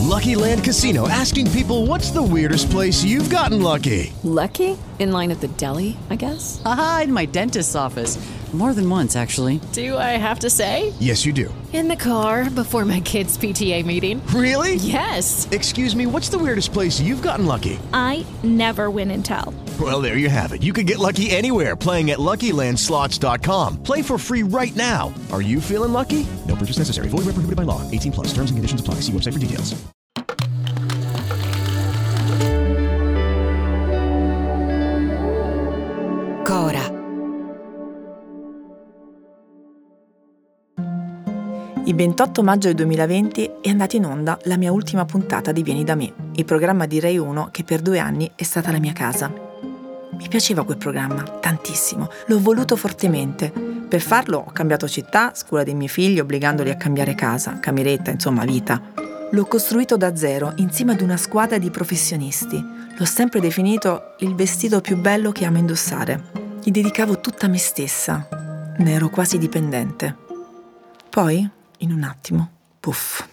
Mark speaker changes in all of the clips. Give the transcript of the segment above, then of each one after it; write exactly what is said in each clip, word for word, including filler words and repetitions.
Speaker 1: Lucky Land Casino, asking people, what's the weirdest place you've gotten lucky?
Speaker 2: Lucky? In line at the deli, I guess?
Speaker 3: Aha, in my dentist's office. More than once, actually.
Speaker 2: Do I have to say?
Speaker 1: Yes, you do.
Speaker 2: In the car before my kids' P T A meeting.
Speaker 1: Really?
Speaker 2: Yes.
Speaker 1: Excuse me, what's the weirdest place you've gotten lucky?
Speaker 4: I never win and tell.
Speaker 1: Well, there you have it. You can get lucky anywhere, playing at Lucky Land Slots dot com. Play for free right now. Are you feeling lucky? No purchase necessary. Void where prohibited by law. eighteen plus. Terms and conditions apply. See website for details.
Speaker 5: Cora.
Speaker 6: Il ventotto maggio del duemilaventi è andata in onda la mia ultima puntata di Vieni da me, il programma di Rai uno che per due anni è stata la mia casa. Mi piaceva quel programma, tantissimo, l'ho voluto fortemente. Per farlo ho cambiato città, scuola dei miei figli, obbligandoli a cambiare casa, cameretta, insomma vita. L'ho costruito da zero, insieme ad una squadra di professionisti. L'ho sempre definito il vestito più bello che amo indossare. Gli dedicavo tutta me stessa. Ne ero quasi dipendente. Poi, in un attimo, puff.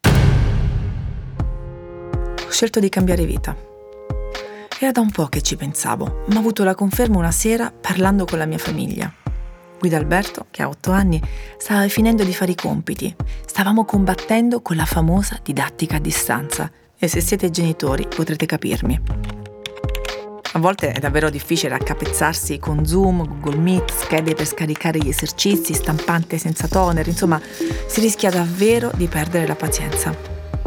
Speaker 6: Ho scelto di cambiare vita. Era da un po' che ci pensavo, ma ho avuto la conferma una sera parlando con la mia famiglia. Guido Alberto, che ha otto anni, stava finendo di fare i compiti. Stavamo combattendo con la famosa didattica a distanza. E se siete genitori potrete capirmi. A volte è davvero difficile raccapezzarsi con Zoom, Google Meet, schede per scaricare gli esercizi, stampante senza toner, insomma, si rischia davvero di perdere la pazienza.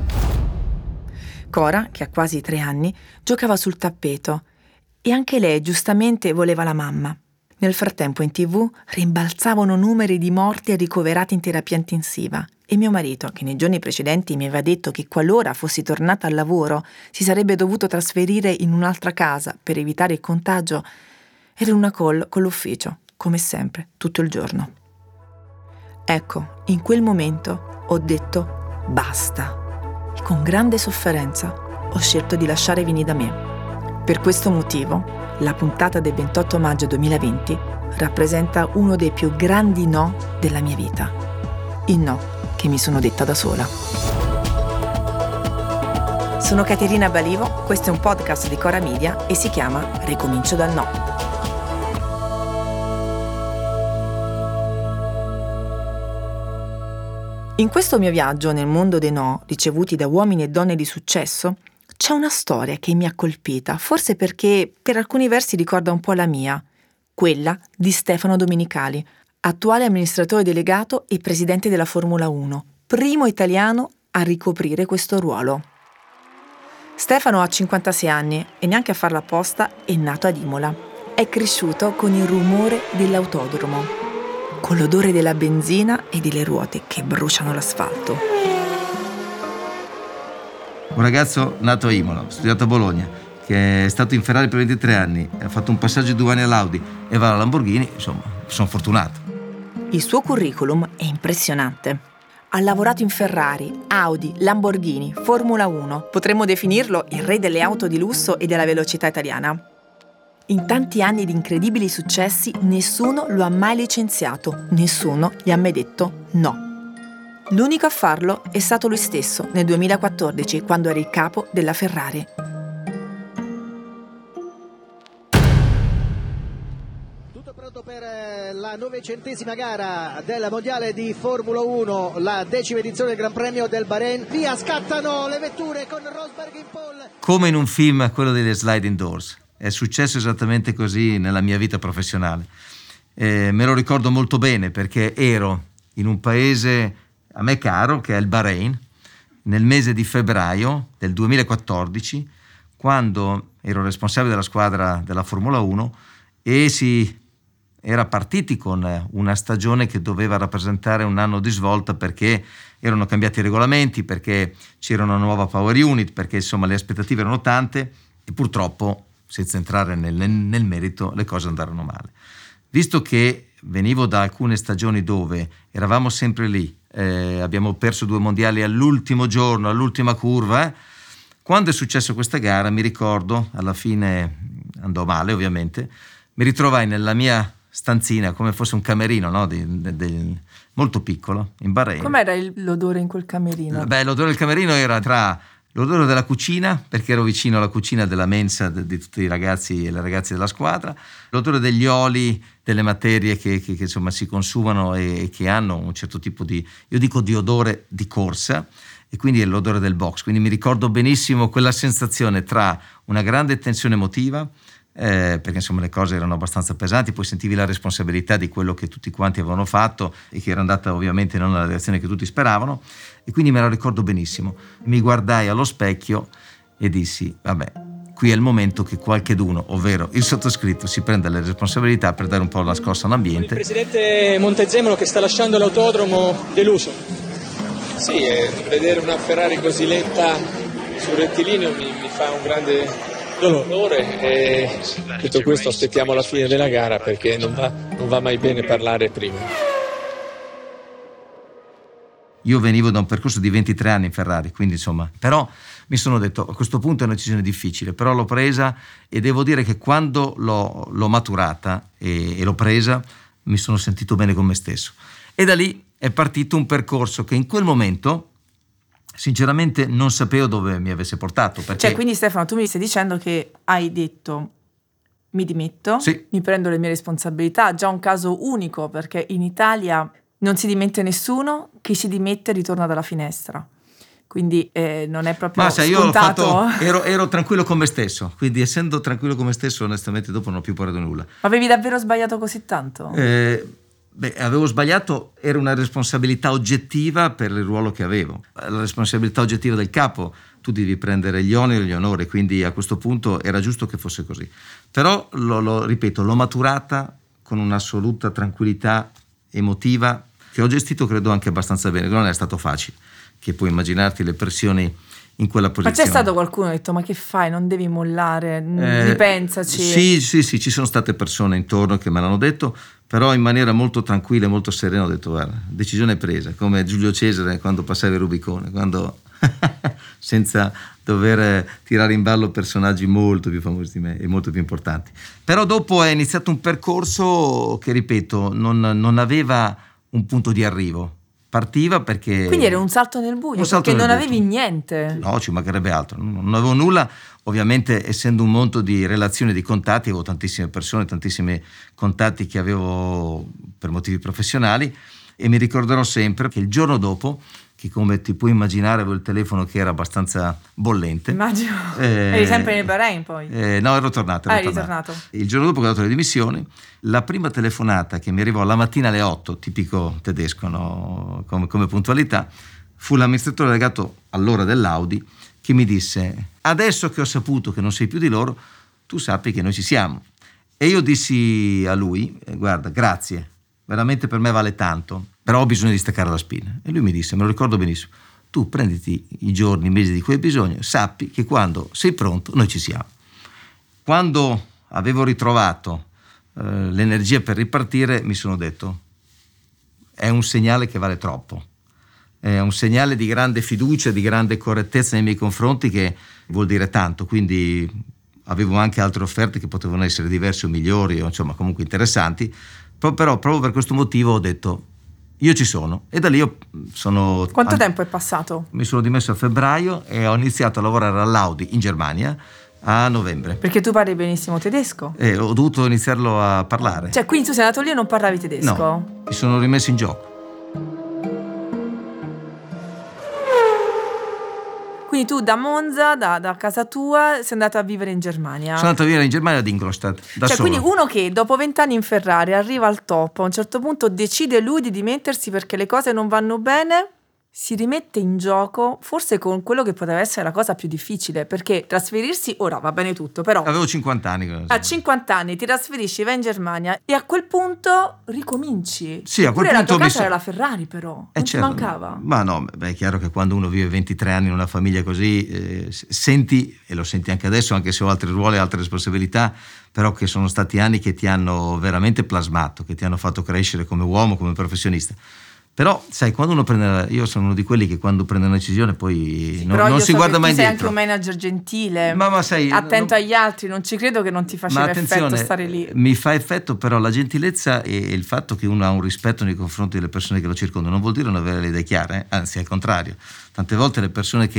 Speaker 6: Cora, che ha quasi tre anni, giocava sul tappeto e anche lei giustamente voleva la mamma. Nel frattempo in tivù rimbalzavano numeri di morti e ricoverati in terapia intensiva e mio marito, che nei giorni precedenti mi aveva detto che qualora fossi tornata al lavoro si sarebbe dovuto trasferire in un'altra casa per evitare il contagio, era in una call con l'ufficio, come sempre, tutto il giorno. Ecco, in quel momento ho detto basta e con grande sofferenza ho scelto di lasciare Vieni da me. Per questo motivo la puntata del ventotto maggio duemilaventi rappresenta uno dei più grandi no della mia vita. Il no che mi sono detta da sola. Sono Caterina Balivo, questo è un podcast di Cora Media e si chiama Ricomincio dal no. In questo mio viaggio nel mondo dei no, ricevuti da uomini e donne di successo, c'è una storia che mi ha colpita, forse perché per alcuni versi ricorda un po' la mia, quella di Stefano Domenicali, attuale amministratore delegato e presidente della Formula uno, primo italiano a ricoprire questo ruolo. Stefano ha cinquantasei anni e neanche a farla apposta è nato ad Imola. È cresciuto con il rumore dell'autodromo, con l'odore della benzina e delle ruote che bruciano l'asfalto.
Speaker 7: Un ragazzo nato a Imola, studiato a Bologna, che è stato in Ferrari per ventitré anni, ha fatto un passaggio di due anni all'Audi e va alla Lamborghini, insomma, sono fortunato.
Speaker 6: Il suo curriculum è impressionante. Ha lavorato in Ferrari, Audi, Lamborghini, Formula uno. Potremmo definirlo il re delle auto di lusso e della velocità italiana. In tanti anni di incredibili successi, nessuno lo ha mai licenziato, nessuno gli ha mai detto no. L'unico a farlo è stato lui stesso nel duemilaquattordici, quando era il capo della Ferrari.
Speaker 8: Tutto pronto per la novecentesima gara del mondiale di Formula uno, la decima edizione del Gran Premio del Bahrain. Via, scattano le vetture con Rosberg in pole.
Speaker 7: Come in un film, quello delle sliding doors. È successo esattamente così nella mia vita professionale. Eh, me lo ricordo molto bene perché ero in un paese a me caro, che è il Bahrain, nel mese di febbraio del duemilaquattordici, quando ero responsabile della squadra della Formula uno e si era partiti con una stagione che doveva rappresentare un anno di svolta perché erano cambiati i regolamenti, perché c'era una nuova power unit, perché insomma le aspettative erano tante e purtroppo, senza entrare nel, nel, nel merito, le cose andarono male. Visto che venivo da alcune stagioni dove eravamo sempre lì, eh, abbiamo perso due mondiali all'ultimo giorno, all'ultima curva, eh, quando è successo questa gara mi ricordo, alla fine andò male ovviamente, mi ritrovai nella mia stanzina come fosse un camerino, no? di, di, di, molto piccolo in Bahrain.
Speaker 6: Com'era il, l'odore in quel camerino?
Speaker 7: Beh, l'odore del camerino era tra l'odore della cucina, perché ero vicino alla cucina della mensa di, di tutti i ragazzi e le ragazze della squadra, l'odore degli oli, delle materie che, che, che insomma si consumano e che hanno un certo tipo di, io dico di odore di corsa, e quindi è l'odore del box. Quindi mi ricordo benissimo quella sensazione tra una grande tensione emotiva, Eh, perché insomma le cose erano abbastanza pesanti, poi sentivi la responsabilità di quello che tutti quanti avevano fatto e che era andata ovviamente non nella direzione che tutti speravano, e quindi me la ricordo benissimo. Mi guardai allo specchio e dissi: vabbè, qui è il momento che qualcheduno, ovvero il sottoscritto, si prenda le responsabilità per dare un po' la scossa all'ambiente.
Speaker 5: Il presidente Montezemolo che sta lasciando l'autodromo deluso.
Speaker 9: Sì, eh, vedere una Ferrari così lenta sul rettilineo mi, mi fa un grande dolore, e tutto questo aspettiamo la fine della gara, perché non va, non va mai bene parlare prima.
Speaker 7: Io venivo da un percorso di ventitré anni in Ferrari, quindi insomma, però mi sono detto a questo punto è una decisione difficile, però l'ho presa, e devo dire che quando l'ho, l'ho maturata e, e l'ho presa mi sono sentito bene con me stesso, e da lì è partito un percorso che in quel momento sinceramente non sapevo dove mi avesse portato. Perché...
Speaker 6: Cioè, quindi Stefano, tu mi stai dicendo che hai detto: mi dimetto,
Speaker 7: sì,
Speaker 6: mi prendo le mie responsabilità, già un caso unico, perché in Italia non si dimette nessuno, chi si dimette ritorna dalla finestra. Quindi eh, non è proprio
Speaker 7: Ma sai,
Speaker 6: scontato.
Speaker 7: Io l'ho fatto, ero, ero tranquillo con me stesso, quindi essendo tranquillo con me stesso, onestamente dopo non ho più paura di nulla.
Speaker 6: Ma avevi davvero sbagliato così tanto?
Speaker 7: Eh, beh, avevo sbagliato, era una responsabilità oggettiva per il ruolo che avevo. La responsabilità oggettiva del capo, tu devi prendere gli oneri e gli onori, quindi a questo punto era giusto che fosse così. Però, lo, lo ripeto, l'ho maturata con un'assoluta tranquillità emotiva, che ho gestito credo anche abbastanza bene, non è stato facile, che puoi immaginarti le pressioni in quella posizione.
Speaker 6: Ma c'è stato qualcuno che ha detto: ma che fai, non devi mollare,
Speaker 7: eh,
Speaker 6: ripensaci?
Speaker 7: Sì, sì, sì, ci sono state persone intorno che me l'hanno detto, però in maniera molto tranquilla e molto serena ho detto: guarda, decisione presa, come Giulio Cesare quando passava il Rubicone, quando senza dover tirare in ballo personaggi molto più famosi di me e molto più importanti. Però dopo è iniziato un percorso che, ripeto, non, non aveva un punto di arrivo. Partiva perché...
Speaker 6: Quindi era un salto nel buio,
Speaker 7: salto
Speaker 6: perché
Speaker 7: nel
Speaker 6: non
Speaker 7: buio.
Speaker 6: avevi niente.
Speaker 7: No, ci mancherebbe altro, non avevo nulla. Ovviamente, essendo un mondo di relazioni e di contatti, avevo tantissime persone, tantissimi contatti che avevo per motivi professionali, e mi ricorderò sempre che il giorno dopo, che come ti puoi immaginare avevo il telefono che era abbastanza bollente.
Speaker 6: Immagino.
Speaker 7: Eh,
Speaker 6: Eri sempre nel Bahrain poi?
Speaker 7: Eh, no, ero tornato. Ero
Speaker 6: ah, eri
Speaker 7: tornato.
Speaker 6: tornato.
Speaker 7: Il giorno dopo che ho dato le dimissioni, la prima telefonata che mi arrivò la mattina alle otto, tipico tedesco, no? come, come puntualità, fu l'amministratore delegato allora dell'Audi che mi disse: adesso che ho saputo che non sei più di loro, tu sappi che noi ci siamo. E io dissi a lui: guarda, grazie, veramente per me vale tanto, però ho bisogno di staccare la spina. E lui mi disse, me lo ricordo benissimo: tu prenditi i giorni, i mesi di cui hai bisogno, sappi che quando sei pronto noi ci siamo. Quando avevo ritrovato eh, l'energia per ripartire, mi sono detto: è un segnale che vale troppo, è un segnale di grande fiducia, di grande correttezza nei miei confronti, che vuol dire tanto. Quindi avevo anche altre offerte che potevano essere diverse o migliori, o insomma comunque interessanti, però, però proprio per questo motivo ho detto: io ci sono. E da lì io sono...
Speaker 6: Quanto an- tempo è passato?
Speaker 7: Mi sono dimesso a febbraio e ho iniziato a lavorare all'Audi in Germania a novembre.
Speaker 6: Perché tu parli benissimo tedesco?
Speaker 7: E ho dovuto iniziarlo a parlare.
Speaker 6: Cioè, quindi tu sei andato lì e non parlavi tedesco?
Speaker 7: No, mi sono rimesso in gioco.
Speaker 6: Quindi tu da Monza, da, da casa tua, sei andato a vivere in Germania?
Speaker 7: Sono andato a vivere in Germania ad Ingolstadt, da
Speaker 6: cioè,
Speaker 7: solo.
Speaker 6: Quindi uno che dopo vent'anni in Ferrari arriva al top, a un certo punto decide lui di dimettersi perché le cose non vanno bene, si rimette in gioco, forse con quello che poteva essere la cosa più difficile, perché trasferirsi, ora va bene tutto, però...
Speaker 7: Avevo cinquanta anni.
Speaker 6: A cinquanta anni ti trasferisci, vai in Germania e a quel punto ricominci.
Speaker 7: Sì, a quel
Speaker 6: Eppure
Speaker 7: punto
Speaker 6: la tua casa
Speaker 7: so...
Speaker 6: era la Ferrari, però. Non
Speaker 7: eh
Speaker 6: ti
Speaker 7: certo.
Speaker 6: mancava?
Speaker 7: Ma no, beh, è chiaro che quando uno vive ventitré anni in una famiglia così, eh, senti, e lo senti anche adesso, anche se ho altri ruoli e altre responsabilità, però che sono stati anni che ti hanno veramente plasmato, che ti hanno fatto crescere come uomo, come professionista. Però, sai, quando uno prende... Io sono uno di quelli che quando prende una decisione poi
Speaker 6: sì,
Speaker 7: non, non si
Speaker 6: so
Speaker 7: guarda mai
Speaker 6: indietro. Tu sei
Speaker 7: indietro.
Speaker 6: anche un manager gentile,
Speaker 7: ma, ma sai,
Speaker 6: attento
Speaker 7: non...
Speaker 6: agli altri, non ci credo che non ti faceva effetto stare lì.
Speaker 7: Mi fa effetto però la gentilezza e il fatto che uno ha un rispetto nei confronti delle persone che lo circondano. Non vuol dire non avere le idee chiare, eh? Anzi al contrario. Tante volte le persone che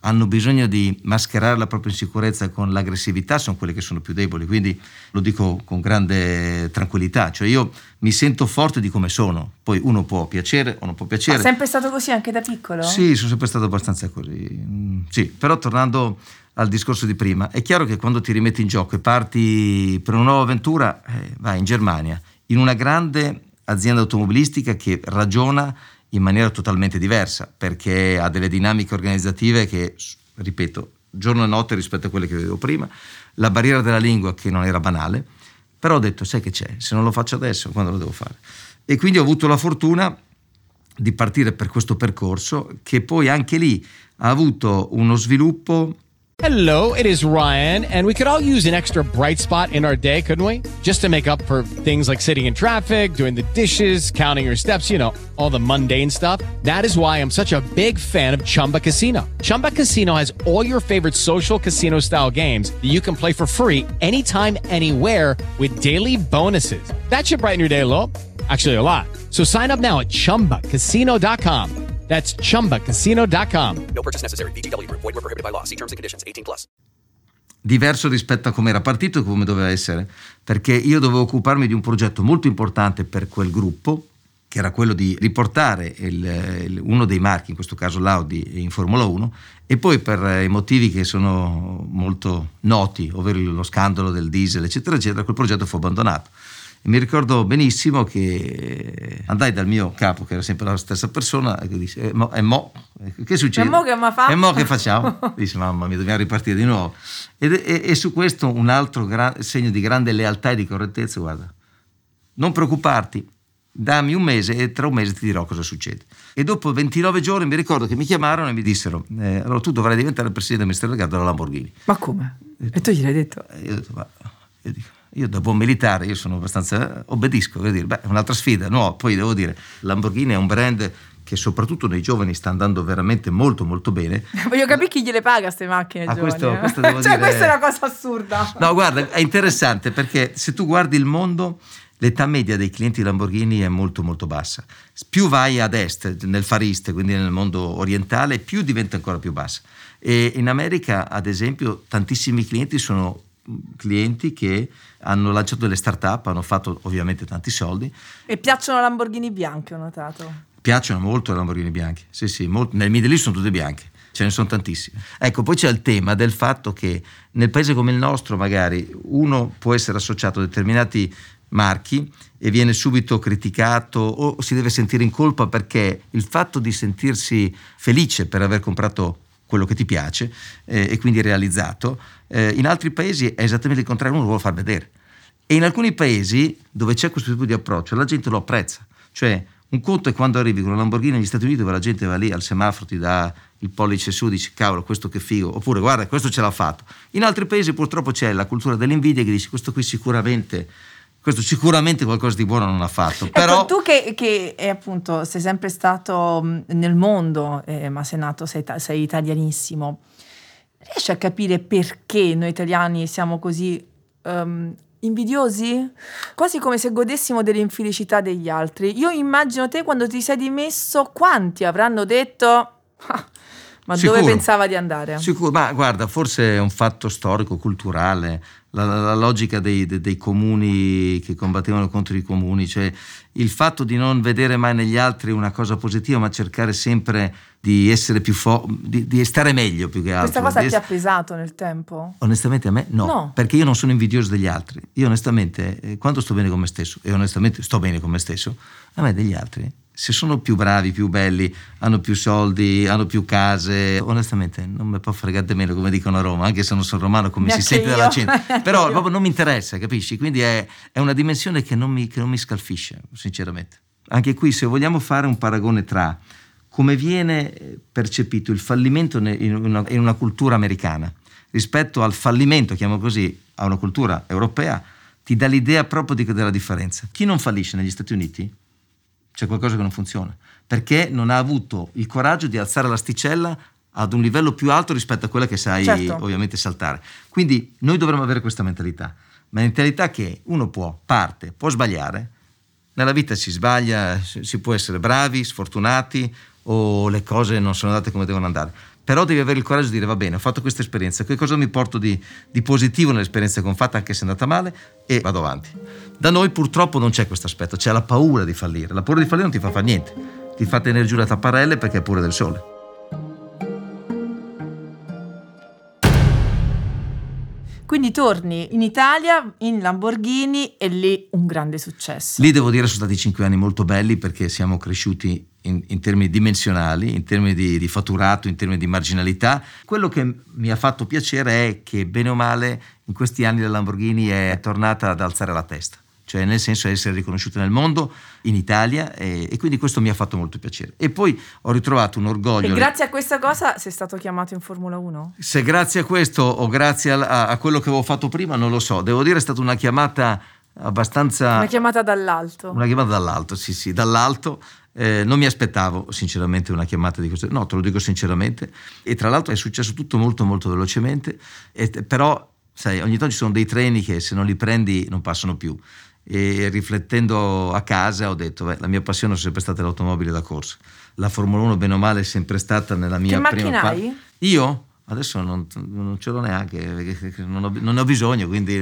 Speaker 7: hanno bisogno di mascherare la propria insicurezza con l'aggressività sono quelli che sono più deboli, quindi lo dico con grande tranquillità, cioè io mi sento forte di come sono, poi uno può piacere o non può piacere.
Speaker 6: Ma sempre stato così anche da piccolo?
Speaker 7: Sì, sono sempre stato abbastanza così, mm, sì, però tornando al discorso di prima, è chiaro che quando ti rimetti in gioco e parti per una nuova avventura, eh, vai in Germania, in una grande azienda automobilistica che ragiona in maniera totalmente diversa, perché ha delle dinamiche organizzative che, ripeto, giorno e notte rispetto a quelle che vedevo prima, la barriera della lingua che non era banale, però ho detto, sai che c'è, se non lo faccio adesso, quando lo devo fare? E quindi ho avuto la fortuna di partire per questo percorso che poi anche lì ha avuto uno sviluppo.
Speaker 10: Hello, it is Ryan, and we could all use an extra bright spot in our day, couldn't we? Just to make up for things like sitting in traffic, doing the dishes, counting your steps, you know, all the mundane stuff. That is why I'm such a big fan of Chumba Casino. Chumba Casino has all your favorite social casino-style games that you can play for free anytime, anywhere with daily bonuses. That should brighten your day a little. Actually, a lot. So sign up now at chumba casino dot com. That's chumba casino dot com.
Speaker 11: No purchase necessary. V G W Group. Void where prohibited by law. See terms and conditions. eighteen plus.
Speaker 7: Diverso rispetto a come era partito e come doveva essere, perché io dovevo occuparmi di un progetto molto importante per quel gruppo, che era quello di riportare il, il, uno dei marchi, in questo caso l'Audi, in Formula uno, e poi per i motivi che sono molto noti, ovvero lo scandalo del diesel, eccetera, eccetera, quel progetto fu abbandonato. E mi ricordo benissimo che andai dal mio capo, che era sempre la stessa persona, e che disse, e mo, e mo che succede?
Speaker 6: E mo che, fa?
Speaker 7: E mo che facciamo? Dice, mamma mia, dobbiamo ripartire di nuovo. E, e, e su questo un altro gra- segno di grande lealtà e di correttezza, guarda, non preoccuparti, dammi un mese e tra un mese ti dirò cosa succede. E dopo ventinove giorni mi ricordo che mi chiamarono e mi dissero, eh, allora tu dovrai diventare il presidente del Ministero delle Gare della Lamborghini.
Speaker 6: Ma come? E tu gliel'hai detto?
Speaker 7: E io ho detto, ma... Io dico, io da buon militare, io sono abbastanza, obbedisco, devo dire, beh, è un'altra sfida, no, poi devo dire, Lamborghini è un brand che soprattutto nei giovani sta andando veramente molto molto bene.
Speaker 6: Voglio capire chi gliele paga queste macchine
Speaker 7: ah,
Speaker 6: giovani.
Speaker 7: Questo,
Speaker 6: eh?
Speaker 7: questo devo
Speaker 6: cioè
Speaker 7: dire...
Speaker 6: questa è una cosa assurda.
Speaker 7: No, guarda, è interessante perché se tu guardi il mondo, l'età media dei clienti Lamborghini è molto molto bassa. Più vai ad est, nel Far East, quindi nel mondo orientale, più diventa ancora più bassa. E in America, ad esempio, tantissimi clienti sono clienti che hanno lanciato delle start-up, hanno fatto ovviamente tanti soldi.
Speaker 6: E piacciono Lamborghini bianche, ho notato.
Speaker 7: Piacciono molto i Lamborghini bianchi, sì sì, molto. Nel Middle East sono tutti bianchi, ce ne sono tantissimi. Ecco, poi c'è il tema del fatto che nel paese come il nostro magari uno può essere associato a determinati marchi e viene subito criticato o si deve sentire in colpa perché il fatto di sentirsi felice per aver comprato quello che ti piace eh, e quindi realizzato, eh, in altri paesi è esattamente il contrario, uno lo vuole far vedere. E in alcuni paesi dove c'è questo tipo di approccio la gente lo apprezza, cioè un conto è quando arrivi con una Lamborghini negli Stati Uniti dove la gente va lì al semaforo, ti dà il pollice su, dice cavolo questo che figo, oppure guarda questo ce l'ha fatto. In altri paesi purtroppo c'è la cultura dell'invidia che dice questo qui sicuramente questo sicuramente qualcosa di buono non ha fatto. Però
Speaker 6: ecco, tu che, che è appunto sei sempre stato nel mondo, eh, ma sei nato, sei, sei italianissimo, riesci a capire perché noi italiani siamo così um, invidiosi? Quasi come se godessimo dell'infelicità degli altri. Io immagino te quando ti sei dimesso, quanti avranno detto ah, ma
Speaker 7: sicuro,
Speaker 6: dove pensava di andare?
Speaker 7: Sicuro, ma guarda, forse è un fatto storico, culturale. La, la, la logica dei, dei, dei comuni che combattevano contro i comuni, cioè il fatto di non vedere mai negli altri una cosa positiva ma cercare sempre di essere più fo- di, di stare meglio più che altro.
Speaker 6: Questa cosa
Speaker 7: di
Speaker 6: ti
Speaker 7: es-
Speaker 6: ha pesato nel tempo?
Speaker 7: Onestamente a me no,
Speaker 6: no,
Speaker 7: perché io non sono invidioso degli altri. Io onestamente eh, quando sto bene con me stesso, e onestamente sto bene con me stesso, a me degli altri, se sono più bravi, più belli, hanno più soldi, hanno più case, onestamente non mi può fregare di meno, come dicono a Roma, anche se non sono romano, come
Speaker 6: neanche
Speaker 7: si sente
Speaker 6: io.
Speaker 7: dalla gente, però proprio non mi interessa, capisci? Quindi è, è una dimensione che non, mi, che non mi scalfisce, sinceramente. Anche qui, se vogliamo fare un paragone tra come viene percepito il fallimento in una, in una cultura americana rispetto al fallimento, chiamiamo così, a una cultura europea, ti dà l'idea proprio di, della differenza. Chi non fallisce negli Stati Uniti c'è qualcosa che non funziona, perché non ha avuto il coraggio di alzare l'asticella ad un livello più alto rispetto a quella che sai certo. ovviamente saltare. Quindi noi dovremmo avere questa mentalità, ma mentalità che uno può, parte, può sbagliare, nella vita si sbaglia, si può essere bravi, sfortunati o le cose non sono andate come devono andare, però devi avere il coraggio di dire va bene, ho fatto questa esperienza, che cosa mi porto di, di positivo nell'esperienza che ho fatto, anche se è andata male, e vado avanti. Da noi purtroppo non c'è questo aspetto, c'è la paura di fallire. La paura di fallire non ti fa fare niente, ti fa tenere giù le tapparelle perché hai paura del sole.
Speaker 6: Quindi torni in Italia in Lamborghini e lì un grande successo.
Speaker 7: Lì devo dire sono stati cinque anni molto belli perché siamo cresciuti in, in termini dimensionali, in termini di, di fatturato, in termini di marginalità. Quello che mi ha fatto piacere è che bene o male in questi anni la Lamborghini è tornata ad alzare la testa, cioè nel senso di essere riconosciuta nel mondo, in Italia, e, e quindi questo mi ha fatto molto piacere. E poi ho ritrovato un orgoglio.
Speaker 6: E grazie a questa cosa sei stato chiamato in Formula uno?
Speaker 7: Se grazie a questo o grazie a, a quello che avevo fatto prima non lo so, devo dire è stata una chiamata abbastanza...
Speaker 6: Una chiamata dall'alto.
Speaker 7: Una chiamata dall'alto, sì sì, dall'alto. Eh, non mi aspettavo sinceramente una chiamata di questo, no, te lo dico sinceramente, e tra l'altro è successo tutto molto molto velocemente, e, però sai, ogni tanto ci sono dei treni che se non li prendi non passano più. E riflettendo a casa ho detto beh, la mia passione è sempre stata l'automobile da corsa, la Formula uno bene o male è sempre stata nella mia
Speaker 6: che
Speaker 7: prima
Speaker 6: macchina
Speaker 7: parte.
Speaker 6: Hai?
Speaker 7: Io adesso non, non ce l'ho neanche, non ho, non ne ho bisogno, quindi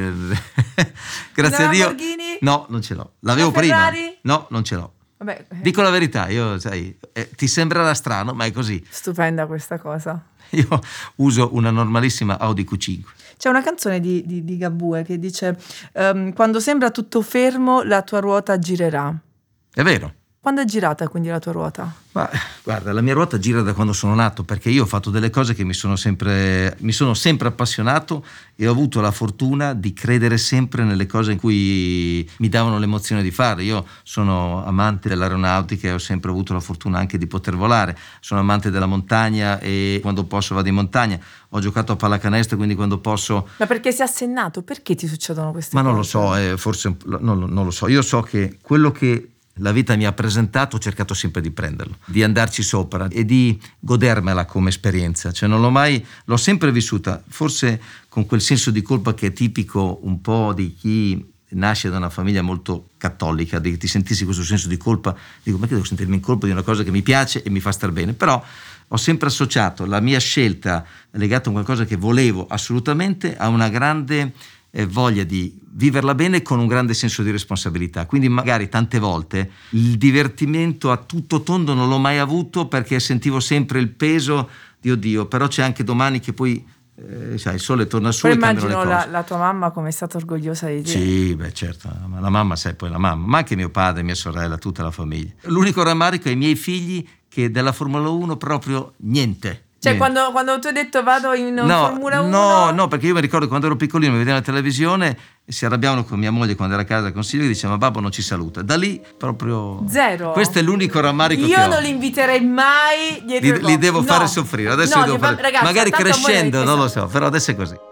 Speaker 7: grazie a Dio.
Speaker 6: Lamborghini?
Speaker 7: No, non ce l'ho, l'avevo
Speaker 6: Una
Speaker 7: prima.
Speaker 6: Ferrari?
Speaker 7: No, non ce l'ho.
Speaker 6: Vabbè, eh.
Speaker 7: Dico la verità, io sai, eh, ti sembrerà strano, ma è così.
Speaker 6: Stupenda questa cosa.
Speaker 7: Io uso una normalissima Audi Q cinque.
Speaker 6: C'è una canzone di, di, di Gabue che dice um, quando sembra tutto fermo la tua ruota girerà.
Speaker 7: È vero.
Speaker 6: Quando è girata quindi la tua ruota?
Speaker 7: Ma guarda, la mia ruota gira da quando sono nato, perché io ho fatto delle cose che mi sono sempre mi sono sempre appassionato e ho avuto la fortuna di credere sempre nelle cose in cui mi davano l'emozione di fare. Io sono amante dell'aeronautica e ho sempre avuto la fortuna anche di poter volare. Sono amante della montagna e quando posso vado in montagna. Ho giocato a pallacanestro, quindi quando posso...
Speaker 6: Ma perché sei assennato? Perché ti succedono queste
Speaker 7: Ma
Speaker 6: cose?
Speaker 7: non lo so, eh, forse non, non lo so. Io so che quello che la vita mi ha presentato ho cercato sempre di prenderlo, di andarci sopra e di godermela come esperienza. Cioè non l'ho mai, l'ho sempre vissuta, forse con quel senso di colpa che è tipico un po' di chi nasce da una famiglia molto cattolica, di ti sentissi questo senso di colpa. Dico, ma che devo sentirmi in colpa di una cosa che mi piace e mi fa star bene? Però ho sempre associato la mia scelta legata a qualcosa che volevo assolutamente a una grande eh, voglia di viverla bene con un grande senso di responsabilità. Quindi magari tante volte il divertimento a tutto tondo non l'ho mai avuto perché sentivo sempre il peso di oddio, però c'è anche domani che poi eh, sai, il sole torna su.
Speaker 6: Poi
Speaker 7: e cambiano
Speaker 6: immagino
Speaker 7: le cose.
Speaker 6: la, la tua mamma come è stata orgogliosa di te.
Speaker 7: Sì, beh certo, la mamma sai, poi la mamma, ma anche mio padre, mia sorella, tutta la famiglia. L'unico rammarico è i miei figli che della Formula uno proprio niente.
Speaker 6: Cioè
Speaker 7: niente.
Speaker 6: quando, quando tu hai detto vado in
Speaker 7: no,
Speaker 6: Formula uno?
Speaker 7: No, no, perché io mi ricordo quando ero piccolino mi vedevano la televisione e si arrabbiavano con mia moglie quando era a casa con Silvio e diceva ma babbo non ci saluta. Da lì proprio...
Speaker 6: Zero.
Speaker 7: Questo è l'unico rammarico
Speaker 6: io
Speaker 7: che ho.
Speaker 6: Io non li inviterei mai dietro
Speaker 7: Li, li devo
Speaker 6: no.
Speaker 7: fare soffrire. Adesso
Speaker 6: no,
Speaker 7: li devo
Speaker 6: fa...
Speaker 7: fare...
Speaker 6: Ragazzi,
Speaker 7: magari crescendo, non lo
Speaker 6: esatto.
Speaker 7: so, però adesso è così.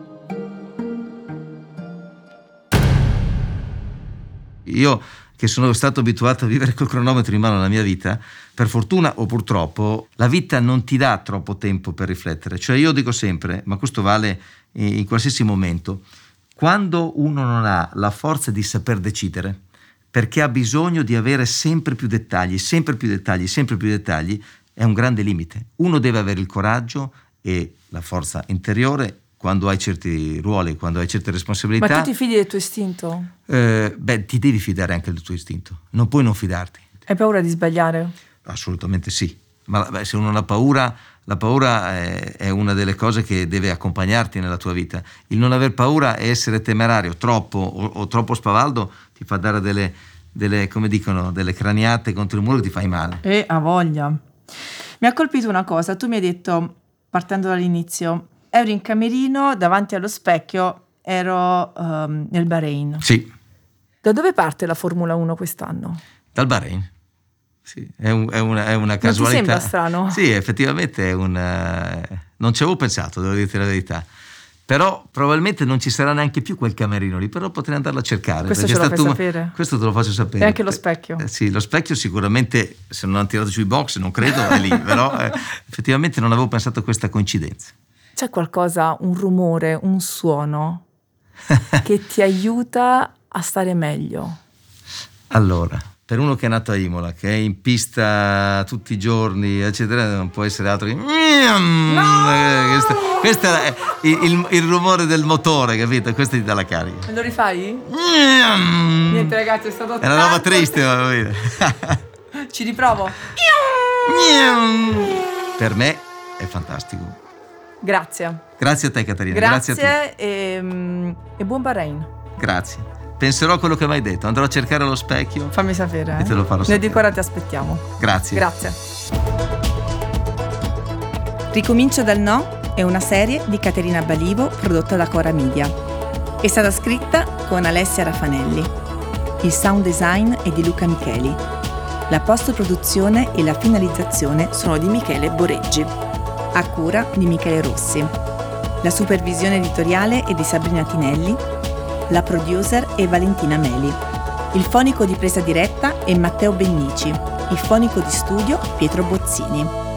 Speaker 7: Io che sono stato abituato a vivere col cronometro in mano nella mia vita, per fortuna o purtroppo, la vita non ti dà troppo tempo per riflettere. Cioè io dico sempre, ma questo vale in qualsiasi momento, quando uno non ha la forza di saper decidere, perché ha bisogno di avere sempre più dettagli, sempre più dettagli, sempre più dettagli, è un grande limite. Uno deve avere il coraggio e la forza interiore quando hai certi ruoli, quando hai certe responsabilità.
Speaker 6: Ma tu ti fidi del tuo istinto?
Speaker 7: Eh, beh, ti devi fidare anche del tuo istinto, non puoi non fidarti.
Speaker 6: Hai paura di sbagliare?
Speaker 7: Assolutamente sì, ma beh, se uno non ha paura, la paura è, è una delle cose che deve accompagnarti nella tua vita. Il non aver paura e essere temerario troppo o, o troppo spavaldo ti fa dare delle, delle, come dicono, delle craniate contro il muro che ti fai male.
Speaker 6: E ha voglia. Mi ha colpito una cosa, tu mi hai detto, partendo dall'inizio, ero in camerino davanti allo specchio, ero um, nel Bahrain.
Speaker 7: Sì.
Speaker 6: Da dove parte la Formula uno quest'anno?
Speaker 7: Dal Bahrain. Sì, è, un, è, una, è una casualità.
Speaker 6: Non ti sembra strano?
Speaker 7: Sì, effettivamente è un... Uh, non ci avevo pensato, devo dirti la verità. Però probabilmente non ci sarà neanche più quel camerino lì, però potrei andarlo a cercare.
Speaker 6: Questo ce lo fai sapere?
Speaker 7: Questo te lo faccio sapere.
Speaker 6: E anche lo specchio?
Speaker 7: Eh, sì, lo specchio sicuramente, se non hanno tirato giù i box, non credo, è lì. Però eh, effettivamente non avevo pensato a questa coincidenza.
Speaker 6: C'è qualcosa, un rumore, un suono che ti aiuta a stare meglio?
Speaker 7: Allora, per uno che è nato a Imola, che è in pista tutti i giorni, eccetera, non può essere altro che... No! Questo, questo è il, il, il rumore del motore, capito? Questo ti dà la carica.
Speaker 6: Me lo rifai? Niente ragazzi, è stato
Speaker 7: è una roba triste, ma
Speaker 6: ci riprovo.
Speaker 7: Per me è fantastico.
Speaker 6: Grazie.
Speaker 7: Grazie a te, Caterina.
Speaker 6: Grazie,
Speaker 7: Grazie a tu.
Speaker 6: E, e buon Bahrain.
Speaker 7: Grazie. Penserò a quello che mi hai detto. Andrò a cercare allo specchio.
Speaker 6: Fammi sapere.
Speaker 7: E te lo farò
Speaker 6: Noi
Speaker 7: sapere.
Speaker 6: di cuore ti aspettiamo.
Speaker 7: Grazie.
Speaker 6: Grazie.
Speaker 12: Ricomincio dal no è una serie di Caterina Balivo prodotta da Cora Media. È stata scritta con Alessia Raffanelli. Il sound design è di Luca Micheli. La post-produzione e la finalizzazione sono di Michele Boreggi, a cura di Michele Rossi. La supervisione editoriale è di Sabrina Tinelli. La producer è Valentina Meli. Il fonico di presa diretta è Matteo Bennici. Il fonico di studio Pietro Bozzini.